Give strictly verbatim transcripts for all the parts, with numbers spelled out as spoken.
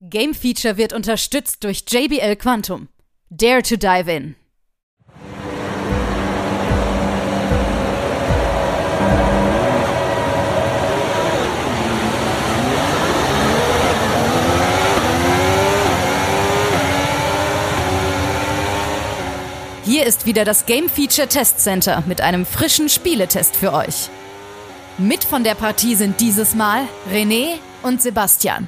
Game Feature wird unterstützt durch J B L Quantum. Dare to dive in. Hier ist wieder das Game Feature Test Center mit einem frischen Spieletest für euch. Mit von der Partie sind dieses Mal René und Sebastian.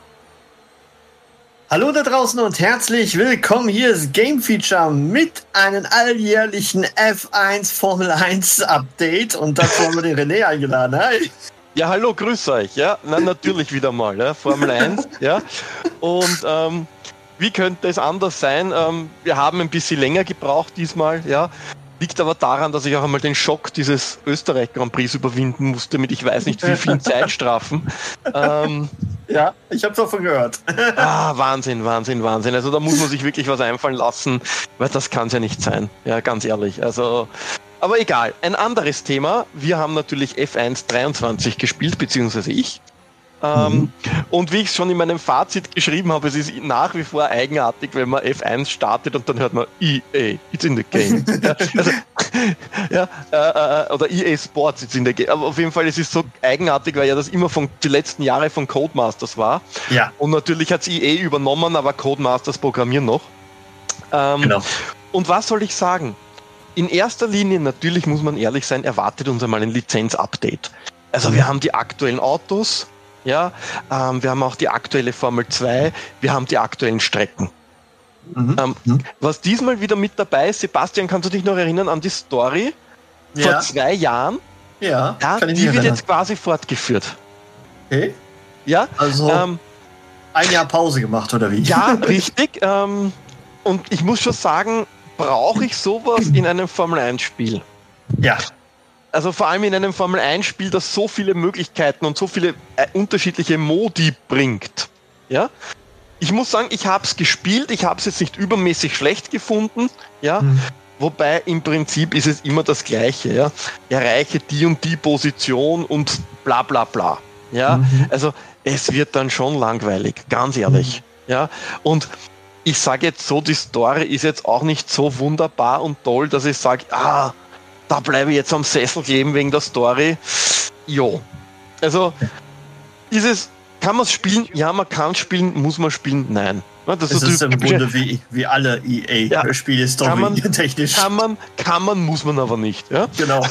Hallo da draußen und herzlich willkommen. Hier ist Game Feature mit einem alljährlichen F eins Formel eins Update und dazu haben wir den René eingeladen. Hi. Ja, hallo, grüß euch. Ja, na, natürlich wieder mal, ja, Formel eins. Ja. Und ähm, wie könnte es anders sein? Ähm, wir haben ein bisschen länger gebraucht diesmal, ja. Liegt aber daran, dass ich auch einmal den Schock dieses Österreich Grand Prix überwinden musste mit ich weiß nicht wie vielen Zeitstrafen. Ähm, ja, ich habe davon gehört. ah, Wahnsinn, Wahnsinn, Wahnsinn. Also da muss man sich wirklich was einfallen lassen, weil das kann es ja nicht sein. Ja, ganz ehrlich. Also, aber egal. Ein anderes Thema. Wir haben natürlich F eins dreiundzwanzig gespielt, beziehungsweise ich. Ähm, mhm. Und wie ich es schon in meinem Fazit geschrieben habe, es ist nach wie vor eigenartig, wenn man F eins startet und dann hört man E A, it's in the game. ja, also, ja, äh, oder E A Sports, it's in the game. Aber auf jeden Fall, es ist so eigenartig, weil ja das immer von die letzten Jahre von Codemasters war. Ja. Und natürlich hat es E A übernommen, aber Codemasters programmieren noch. Ähm, genau. Und was soll ich sagen? In erster Linie, natürlich muss man ehrlich sein, erwartet uns einmal ein Lizenz-Update. Also mhm. wir haben die aktuellen Autos. Ja, ähm, wir haben auch die aktuelle Formel zwei, wir haben die aktuellen Strecken. Mhm. Ähm, mhm. Was diesmal wieder mit dabei ist, Sebastian, kannst du dich noch erinnern an die Story ja. vor zwei Jahren? Ja, ja kann ich die mich wird erinnern. jetzt quasi fortgeführt. Okay. Ja, also ähm, ein Jahr Pause gemacht, oder wie? Ja, richtig. Ähm, und ich muss schon sagen, brauche ich sowas in einem Formel eins Spiel? Ja. Also vor allem in einem Formel eins Spiel, das so viele Möglichkeiten und so viele äh, unterschiedliche Modi bringt. Ja? Ich muss sagen, ich habe es gespielt, ich habe es jetzt nicht übermäßig schlecht gefunden. Ja? Mhm. Wobei im Prinzip ist es immer das Gleiche. Ja? Erreiche die und die Position und bla bla bla. Ja? Mhm. Also es wird dann schon langweilig, ganz ehrlich. Mhm. Ja? Und ich sage jetzt so, die Story ist jetzt auch nicht so wunderbar und toll, dass ich sage, ah, da bleibe ich jetzt am Sessel kleben wegen der Story. Jo. Also, ist es, kann man es spielen? Ja, man kann es spielen. Muss man spielen? Nein. Ja, das, das ist im Grunde wie, wie alle E A-Spiele, ja, Story technisch. Kann man, kann man, muss man aber nicht. Ja? Genau.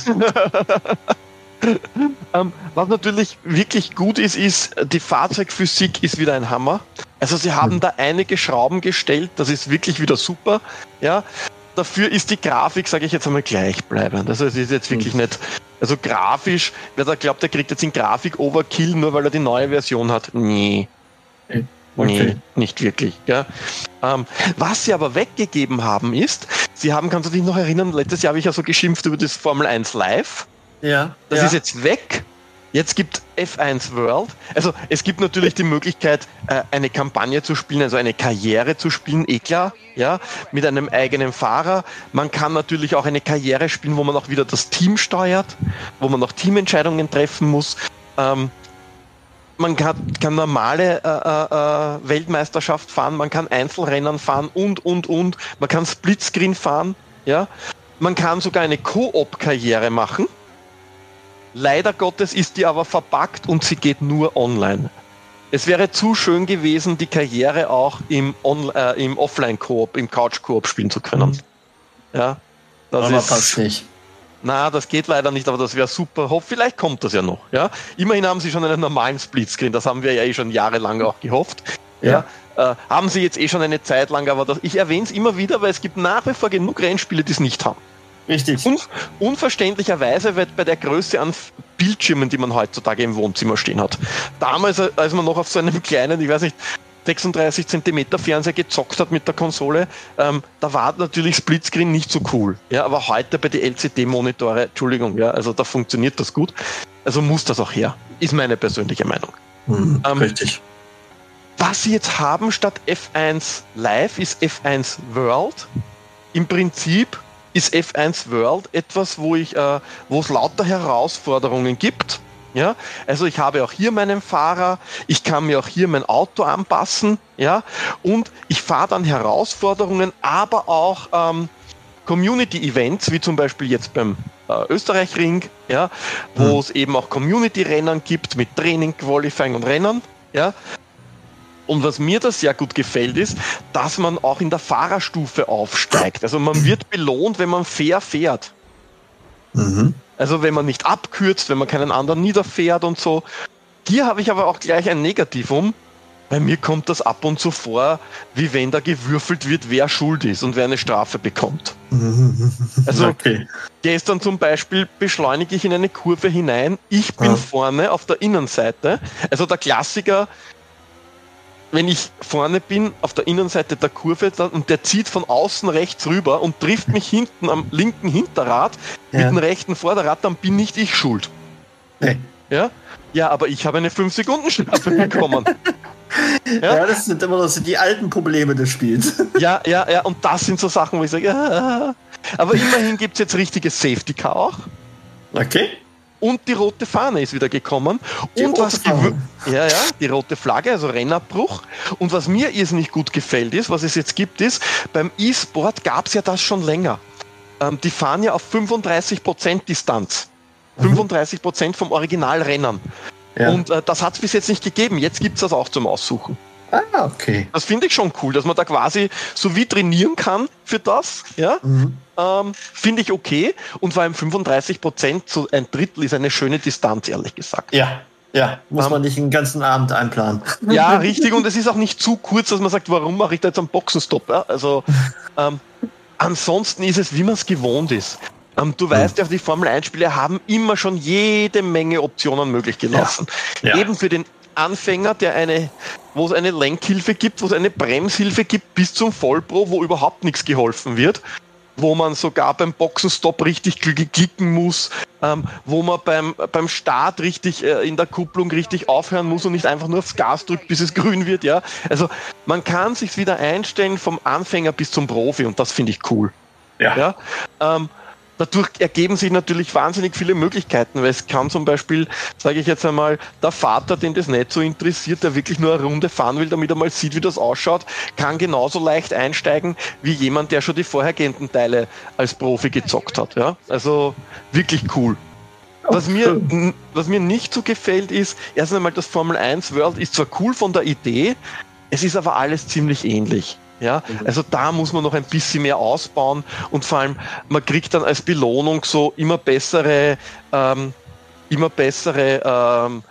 ähm, was natürlich wirklich gut ist, ist, die Fahrzeugphysik ist wieder ein Hammer. Also, sie haben mhm. da einige Schrauben gestellt. Das ist wirklich wieder super. Ja. Dafür ist die Grafik, sage ich jetzt einmal, gleichbleibend. Also es ist jetzt wirklich nicht, also grafisch, wer da glaubt, der kriegt jetzt in Grafik-Overkill, nur weil er die neue Version hat. Nee. Okay. Nee, nicht wirklich. Ja. Ähm, was sie aber weggegeben haben ist, sie haben, kannst du dich noch erinnern, letztes Jahr habe ich ja so geschimpft über das Formel eins Live. Ja. Das ja. ist jetzt weg. Jetzt gibt F eins World, also es gibt natürlich die Möglichkeit, eine Kampagne zu spielen, also eine Karriere zu spielen, eh klar, ja, mit einem eigenen Fahrer. Man kann natürlich auch eine Karriere spielen, wo man auch wieder das Team steuert, wo man auch Teamentscheidungen treffen muss. Ähm, man kann, kann normale äh, äh, Weltmeisterschaft fahren, man kann Einzelrennen fahren und, und, und. Man kann Splitscreen fahren, ja. Man kann sogar eine Koop-Karriere machen. Leider Gottes ist die aber verpackt und sie geht nur online. Es wäre zu schön gewesen, die Karriere auch im, äh, im Offline-Koop, im Couch-Koop spielen zu können. Ja, das aber ist, passt nicht. Na, das geht leider nicht, aber das wäre super. Hoff, vielleicht kommt das ja noch. Ja? Immerhin haben sie schon einen normalen Splitscreen, das haben wir ja eh schon jahrelang auch gehofft. Ja. Ja? Äh, haben sie jetzt eh schon eine Zeit lang, aber das, ich erwähne es immer wieder, weil es gibt nach wie vor genug Rennspiele, die es nicht haben. Richtig. Un- unverständlicherweise wird bei der Größe an Bildschirmen, die man heutzutage im Wohnzimmer stehen hat. Damals, als man noch auf so einem kleinen, ich weiß nicht, sechsunddreißig Zentimeter Fernseher gezockt hat mit der Konsole, ähm, da war natürlich Splitscreen nicht so cool. Ja, aber heute bei den L C D-Monitore, Entschuldigung, ja, also da funktioniert das gut. Also muss das auch her. Ist meine persönliche Meinung. Mhm, ähm, richtig. Was sie jetzt haben statt F eins Live ist F eins World. Im Prinzip ist F eins World etwas, wo ich, äh, wo es lauter Herausforderungen gibt, Ja, also ich habe auch hier meinen Fahrer, ich kann mir auch hier mein Auto anpassen, ja, und ich fahre dann Herausforderungen, aber auch ähm, Community-Events, wie zum Beispiel jetzt beim äh, Österreich-Ring, ja, wo hm. es eben auch Community-Rennen gibt mit Training, Qualifying und Rennen, ja. Und was mir da sehr gut gefällt, ist, dass man auch in der Fahrerstufe aufsteigt. Also man wird belohnt, wenn man fair fährt. Mhm. Also wenn man nicht abkürzt, wenn man keinen anderen niederfährt und so. Hier habe ich aber auch gleich ein Negativum. Bei mir kommt das ab und zu vor, wie wenn da gewürfelt wird, wer schuld ist und wer eine Strafe bekommt. Also okay. Gestern zum Beispiel beschleunige ich in eine Kurve hinein. Ich bin ah. vorne auf der Innenseite. Also der Klassiker, wenn ich vorne bin, auf der Innenseite der Kurve und der zieht von außen rechts rüber und trifft mich hinten am linken Hinterrad ja. mit dem rechten Vorderrad, dann bin nicht ich schuld. Nee. Ja? Ja, aber ich habe eine fünf Sekunden Strafe bekommen. Ja? ja, das sind immer noch so die alten Probleme des Spiels. Ja, ja, ja, und das sind so Sachen, wo ich sage, ah. Aber immerhin gibt es jetzt richtiges Safety Car auch. Okay. Und die rote Fahne ist wieder gekommen. Die und was gewö- ja, ja, die rote Flagge, also Rennabbruch. Und was mir irrsinnig gut gefällt ist, was es jetzt gibt, ist, beim E-Sport gab es ja das schon länger. Ähm, die fahren ja auf fünfunddreißig Prozent Distanz. Mhm. fünfunddreißig Prozent vom Originalrennen. Ja. Und äh, das hat es bis jetzt nicht gegeben. Jetzt gibt es das auch zum Aussuchen. Ah, okay. Das finde ich schon cool, dass man da quasi so wie trainieren kann für das. Ja, mhm. ähm, finde ich okay. Und vor allem fünfunddreißig Prozent, so ein Drittel ist eine schöne Distanz, ehrlich gesagt. Ja, ja, muss ähm, man nicht den ganzen Abend einplanen. Ja, richtig. Und es ist auch nicht zu kurz, dass man sagt, warum mache ich da jetzt einen Boxenstopp? Ja? Also ähm, ansonsten ist es, wie man es gewohnt ist. Ähm, du weißt ja, die Formel eins Spiele haben immer schon jede Menge Optionen möglich gelassen. Ja. Ja. Eben für den Anfänger, der eine, wo es eine Lenkhilfe gibt, wo es eine Bremshilfe gibt, bis zum Vollpro, wo überhaupt nichts geholfen wird, wo man sogar beim Boxenstopp richtig klicken muss, ähm, wo man beim, beim Start richtig äh, in der Kupplung richtig aufhören muss und nicht einfach nur aufs Gas drückt, bis es grün wird. Ja, also man kann sich wieder einstellen vom Anfänger bis zum Profi und das finde ich cool. Ja. Ja? Ähm, Dadurch ergeben sich natürlich wahnsinnig viele Möglichkeiten, weil es kann zum Beispiel, sage ich jetzt einmal, der Vater, den das nicht so interessiert, der wirklich nur eine Runde fahren will, damit er mal sieht, wie das ausschaut, kann genauso leicht einsteigen wie jemand, der schon die vorhergehenden Teile als Profi gezockt hat. Ja? Also wirklich cool. Was mir, was mir nicht so gefällt ist, erst einmal das Formel eins World ist zwar cool von der Idee, es ist aber alles ziemlich ähnlich. Ja, also da muss man noch ein bisschen mehr ausbauen und vor allem, man kriegt dann als Belohnung so immer bessere, ähm, immer bessere ähm,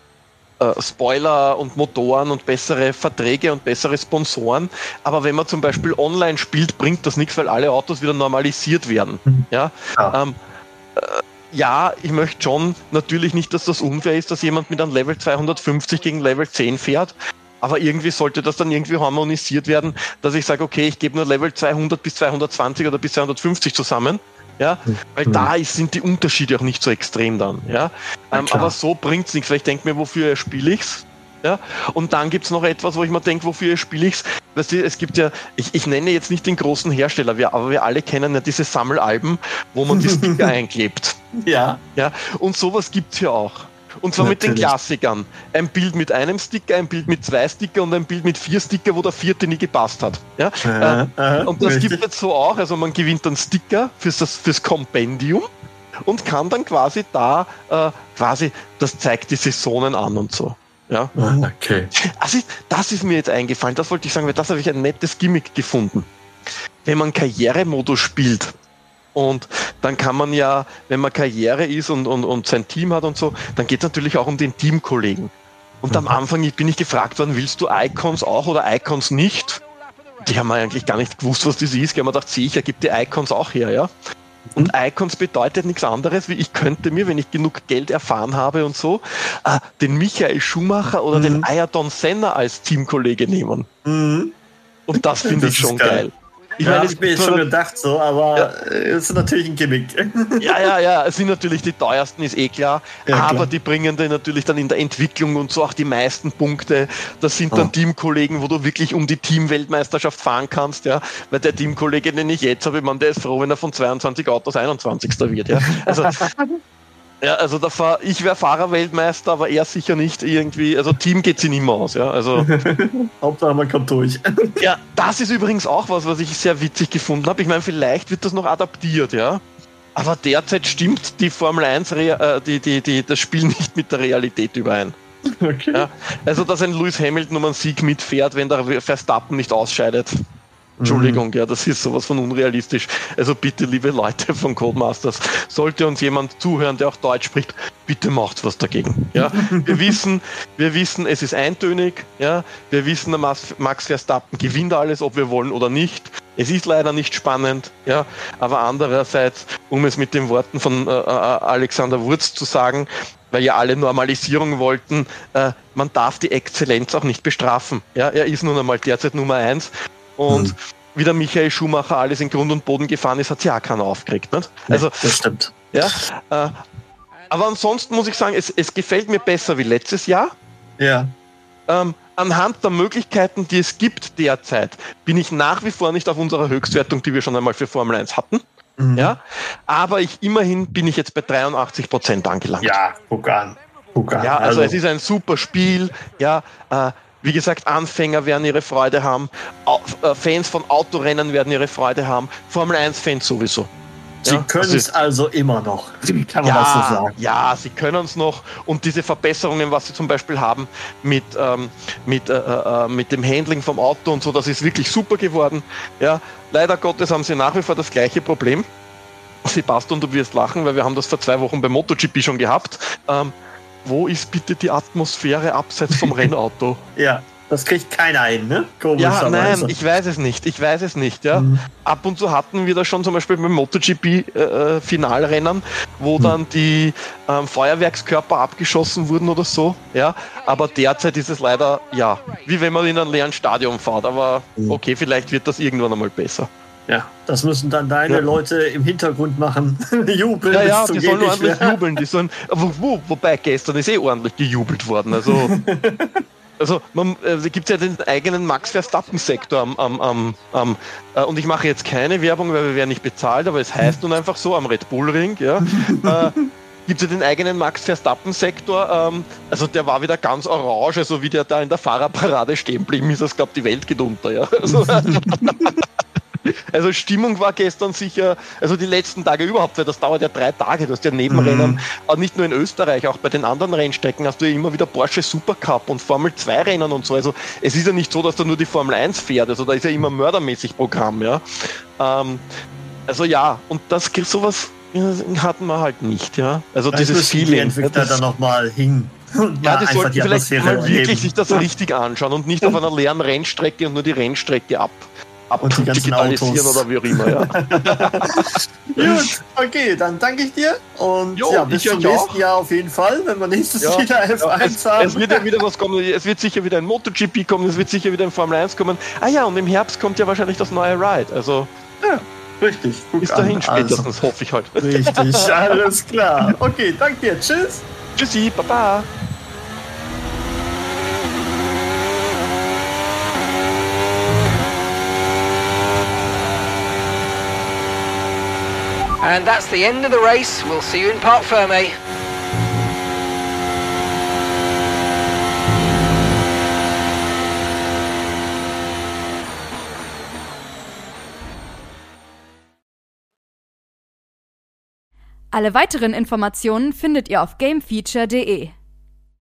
äh, Spoiler und Motoren und bessere Verträge und bessere Sponsoren. Aber wenn man zum Beispiel online spielt, bringt das nichts, weil alle Autos wieder normalisiert werden. Ja, ja. Ähm, äh, ja, ich möchte schon natürlich nicht, dass das unfair ist, dass jemand mit einem Level zweihundertfünfzig gegen Level zehn fährt. Aber irgendwie sollte das dann irgendwie harmonisiert werden, dass ich sage, okay, ich gebe nur Level zweihundert bis zweihundertzwanzig oder bis zweihundertfünfzig zusammen, ja, weil mhm. da ist, sind die Unterschiede auch nicht so extrem dann, ja. Ähm, aber so bringt's nichts, weil ich denke mir, wofür spiele ich's, ja. Und dann gibt's noch etwas, wo ich mir denke, wofür spiele ich's. Weißt du, es gibt ja, ich, ich nenne jetzt nicht den großen Hersteller, wir, aber wir alle kennen ja diese Sammelalben, wo man die Sticker einklebt. Ja. Ja. Und sowas gibt's ja auch. Und zwar Natürlich. mit den Klassikern. Ein Bild mit einem Sticker, ein Bild mit zwei Sticker und ein Bild mit vier Sticker, wo der vierte nie gepasst hat. Ja? Aha, äh, aha, und das richtig. gibt es jetzt so auch. Also man gewinnt dann Sticker fürs, das, fürs Kompendium und kann dann quasi da, äh, quasi, das zeigt die Saisonen an und so. Ja? Okay. Also das ist mir jetzt eingefallen, das wollte ich sagen, weil das habe ich ein nettes Gimmick gefunden. Wenn man Karrieremodus spielt, und dann kann man ja, wenn man Karriere ist und, und, und sein Team hat und so, dann geht es natürlich auch um den Teamkollegen. Und mhm. am Anfang bin ich gefragt worden, willst du Icons auch oder Icons nicht? Die haben eigentlich gar nicht gewusst, was das ist. Ich habe mir gedacht, sieh, ich ergebe die Icons auch her, ja. Und Icons bedeutet nichts anderes, wie ich könnte mir, wenn ich genug Geld erfahren habe und so, äh, den Michael Schumacher oder mhm. den Ayrton Senna als Teamkollege nehmen. Mhm. Und das finde ich schon geil. geil. Ich ja, meine, ich mir jetzt schon gedacht so, aber ja. Es ist natürlich ein Gimmick. Ja, ja, ja, es sind natürlich die teuersten, ist eh klar, ja, aber klar. Die bringen dir natürlich dann in der Entwicklung und so auch die meisten Punkte. Das sind dann oh. Teamkollegen, wo du wirklich um die Teamweltmeisterschaft fahren kannst, ja, weil der Teamkollege, den ich jetzt habe, ich meine, der ist froh, wenn er von zweiundzwanzig Autos einundzwanzigster wird, ja. Also Ja, also da fahr, ich wäre Fahrerweltmeister, aber er sicher nicht irgendwie. Also Team geht sie nicht mehr aus, ja. Also Hauptsache man kommt durch. Ja, das ist übrigens auch was, was ich sehr witzig gefunden habe. Ich meine, vielleicht wird das noch adaptiert, ja. Aber derzeit stimmt die Formel eins, äh, die, die, die, das Spiel nicht mit der Realität überein. Okay. Ja, also, dass ein Lewis Hamilton um einen Sieg mitfährt, wenn der Verstappen nicht ausscheidet. Entschuldigung, ja, das ist sowas von unrealistisch. Also bitte, liebe Leute von Codemasters, sollte uns jemand zuhören, der auch Deutsch spricht, bitte macht was dagegen. Ja, wir wissen, wir wissen, es ist eintönig. Ja, wir wissen, der Max Verstappen gewinnt alles, ob wir wollen oder nicht. Es ist leider nicht spannend. Ja, aber andererseits, um es mit den Worten von äh, Alexander Wurz zu sagen, weil ja alle Normalisierung wollten, äh, man darf die Exzellenz auch nicht bestrafen. Ja, er ist nun einmal derzeit Nummer eins. Und hm. wie der Michael Schumacher alles in Grund und Boden gefahren ist, hat sich auch keiner aufgeregt. Nicht? Also, das stimmt. Ja, äh, aber ansonsten muss ich sagen, es, es gefällt mir besser wie letztes Jahr. Ja. Ähm, anhand der Möglichkeiten, die es gibt derzeit, bin ich nach wie vor nicht auf unserer Höchstwertung, die wir schon einmal für Formel eins hatten. Mhm. Ja, aber ich immerhin bin ich jetzt bei dreiundachtzig Prozent angelangt. Ja, guck an. Guck an. Ja, also, also es ist ein super Spiel. Ja, äh, wie gesagt, Anfänger werden ihre Freude haben, Fans von Autorennen werden ihre Freude haben, Formel eins Fans sowieso. Sie ja, können es also, also immer noch, kann man ja, das so sagen. Ja, sie können es noch und diese Verbesserungen, was sie zum Beispiel haben mit, ähm, mit, äh, äh, mit dem Handling vom Auto und so, das ist wirklich super geworden. Ja, leider Gottes haben sie nach wie vor das gleiche Problem. Sebastian, du wirst lachen, weil wir haben das vor zwei Wochen beim MotoGP schon gehabt. Ähm, wo ist bitte die Atmosphäre abseits vom Rennauto? Ja, das kriegt keiner hin, ne? Ja, nein, ich weiß es nicht, ich weiß es nicht, ja. Mhm. Ab und zu hatten wir das schon zum Beispiel beim MotoGP-Finalrennen, äh, wo mhm. dann die ähm, Feuerwerkskörper abgeschossen wurden oder so, ja. Aber derzeit ist es leider, ja, wie wenn man in einem leeren Stadion fährt, aber mhm. okay, vielleicht wird das irgendwann einmal besser. Ja, das müssen dann deine ja. Leute im Hintergrund machen. Jubeln. Ja, ja, die sollen ordentlich mehr. jubeln. Die sollen, wo, wo, wobei gestern ist eh ordentlich gejubelt worden. Also, also man, es gibt ja den eigenen Max Verstappen-Sektor am, am, am, am äh, und ich mache jetzt keine Werbung, weil wir werden nicht bezahlt, aber es heißt nun einfach so am Red Bull Ring, ja. äh, gibt es ja den eigenen Max Verstappen-Sektor, ähm, also der war wieder ganz orange, also wie der da in der Fahrerparade stehen blieb, ist das, glaube ich, die Welt geht unter, ja. Also, Also Stimmung war gestern sicher, also die letzten Tage überhaupt, weil das dauert ja drei Tage, du hast ja Nebenrennen, mhm. aber nicht nur in Österreich, auch bei den anderen Rennstrecken hast du ja immer wieder Porsche Supercup und Formel zwei Rennen und so, also es ist ja nicht so, dass da nur die Formel eins fährt, also da ist ja immer mördermäßig Programm, ja. Ähm, also ja, und das sowas hatten wir halt nicht, ja. Also da dieses Feeling. Die Entwickler ja, dann nochmal hin. Ja, die sollten vielleicht mal wirklich sich das richtig anschauen und nicht auf einer leeren Rennstrecke und nur die Rennstrecke ab. Und die ganzen Autos. Oder wie auch immer, ja. Gut, okay, dann danke ich dir und jo, ja, bis zum nächsten auch. Jahr auf jeden Fall, wenn wir nächstes ja, wieder F eins ja, es, haben. Es wird ja wieder was kommen, es wird sicher wieder ein MotoGP kommen, es wird sicher wieder ein Formel eins kommen. Ah ja, und im Herbst kommt ja wahrscheinlich das neue Ride, also ja, richtig. Bis dahin spätestens, also, hoffe ich heute. Richtig, alles klar. Okay, danke dir, tschüss. Tschüssi, baba. And that's the end of the race. We'll see you in Parc Fermé. Alle weiteren Informationen findet ihr auf gamefeature punkt de.